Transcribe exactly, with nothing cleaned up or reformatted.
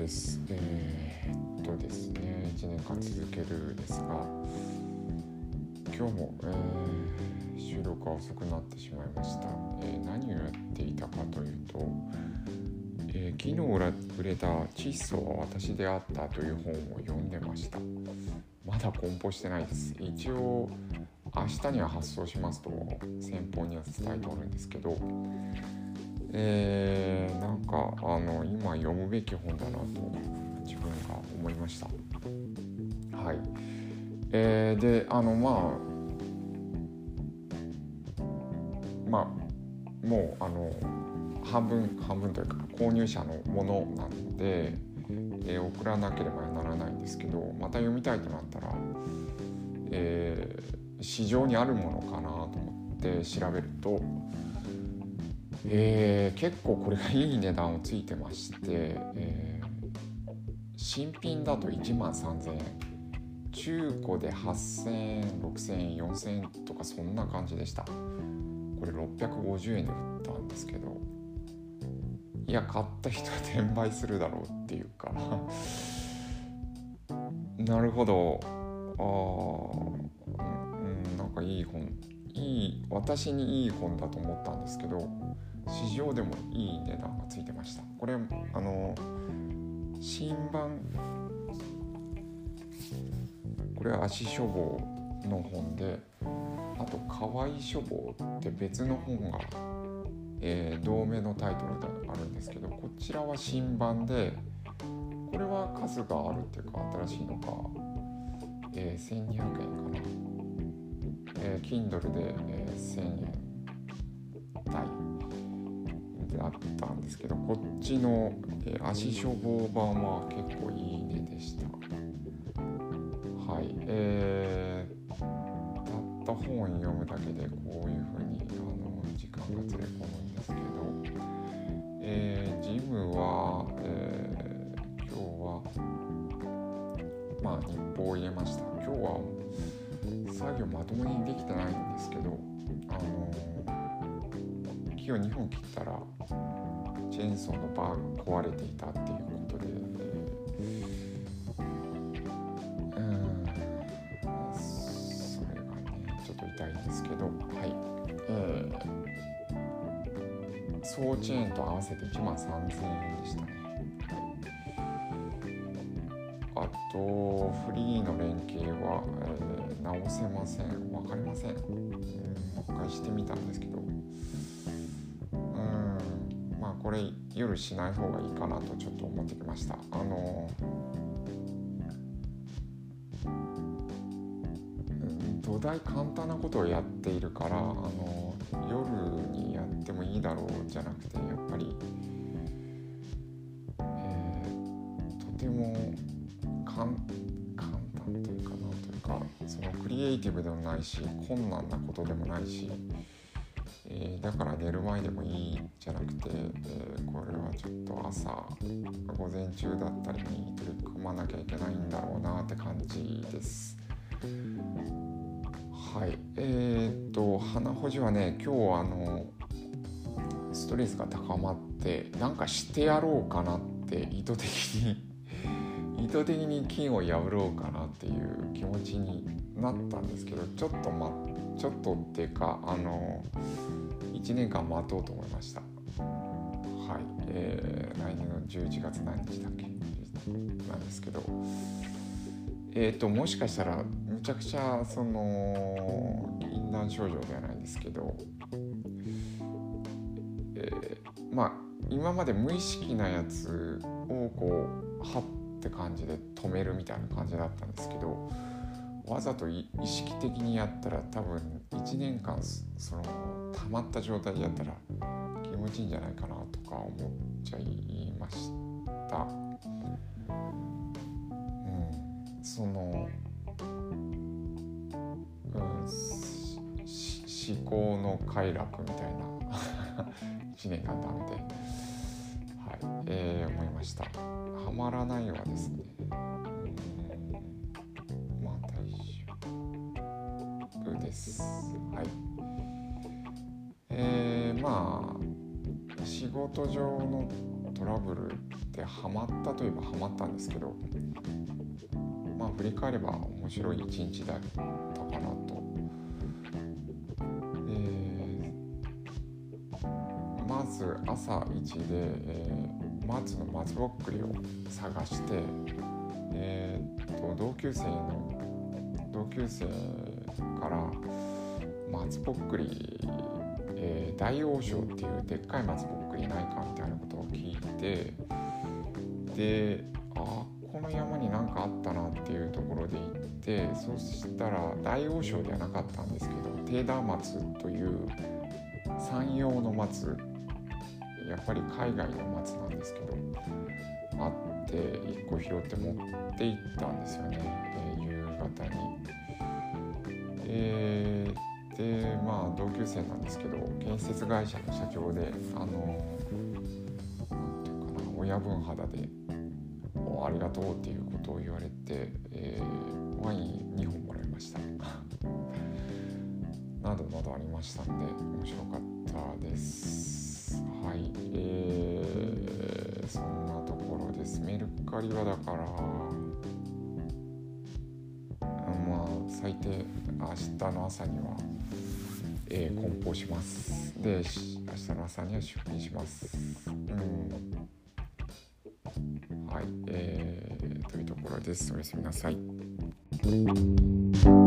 。えー、っとですねいちねんかん続けるですが、今日も、えー、収録が遅くなってしまいました。えー、何をやっていたかというと、えー、昨日売れた窒素は私であったという本を読んでました。まだ梱包してないです。一応明日には発送しますと先方には伝えておるんですけど、えー、なんかあの今読むべき本だなと自分が思いました。はい。えー、であのまあまあもうあの半分半分というか購入者のものなので、えー、送らなければならないんですけど、また読みたいとなったら、えー、市場にあるものかなと思って調べると、えー、結構これがいい値段をついてまして、えー、新品だといちまんさんぜんえん、中古ではっせんえん、ろくせんえん、よんせんえんとかそんな感じでした。これろっぴゃくごじゅうえんで売ったんですけど、いや買った人は転売するだろうっていうかなるほど、あー、うん、なんかいい本、いい私にいい本だと思ったんですけど、市場でもいい値段がついてました。これあの新版、これは足書房の本で、あと河合書房って別の本が、えー、同名のタイトルがあるんですけど、こちらは新版で、これは数があるっていうか新しいのか、えー、せんにひゃくえんかな、えー、Kindle で、えー、せんえん台であったんですけど、こっちの、えー、足書房版は結構いい値でした。はい、えー、たった本を読むだけでこういう風にあの時間がずれ込むんですけど、えー、ジムは、えー、今日はまあ日報を入れました。今日は作業まともにできてないんですけど、あのー、木をにほん切ったらチェーンソーのバーが壊れていたっていうことで、えー、うんそれがねちょっと痛いんですけど、はい、えー、総チェーンと合わせていちまんさんぜんえんでしたね。あとフリーの連携は、えー、直せません。わかりません。うん、もう一回してみたんですけど、うん、まあこれ夜しない方がいいかなとちょっと思ってきました。あの、うん、土台簡単なことをやっているから、あの夜にやってもいいだろうじゃなくて、やっぱり、えー、とても簡単というかなんというか、そのクリエイティブでもないし困難なことでもないし、えー、だから寝る前でもいいじゃなくて、えー、これはちょっと朝午前中だったりに取り組まなきゃいけないんだろうなって感じです。はい、えー、っと花ほじはね、今日あのストレスが高まってなんかしてやろうかなって意図的に意図的に金を破ろうかなっていう気持ちになったんですけど、ちょっとまちょっとっていうかあのいちねんかん待とうと思いました。はい、えー、来年のじゅういちがつ何日だっけなんですけど、えーともしかしたらむちゃくちゃその禁断症状ではないんですけど、えー、まあ今まで無意識なやつをこうはって感じで止めるみたいな感じだったんですけど、わざと意識的にやったら多分いちねんかんその溜まった状態でやったら気持ちいいんじゃないかなとか思っちゃいました。うん、その、うん、思考の快楽みたいないちねんかんだんで、はい、えー、思いました。はまらないはですね、うん、まあ大丈夫です。はい。えー、まあ仕事上のトラブルってハマったといえばハマったんですけど、まあ振り返れば面白い一日だったかなと。えー、まず朝一で、えー、松の松ぼっくりを探して、えー、と同級生の同級生から松ぼっくり、えー、大王将っていうでっかい松ぼっくりないかみたいなことを聞いて、で、あ、この山に何かあったなっていうところで行って、そしたら大王将ではなかったんですけど、テーダー松という山陽の松、やっぱり海外の松なんですけどあって、いっこ拾って持って行ったんですよね、えー、夕方に。えー、でまあ同級生なんですけど、建設会社の社長で、あのなんていうかな、親分肌でありがとうっていうことを言われて、えー、ワインにほんもらいましたなどなどありましたんで面白かったです。はい、えー、そんなところです。メルカリはだからまあ最低明日の朝には、えー、梱包します。で明日の朝には出品します。うん、はい、えー、というところです。おやすみなさい。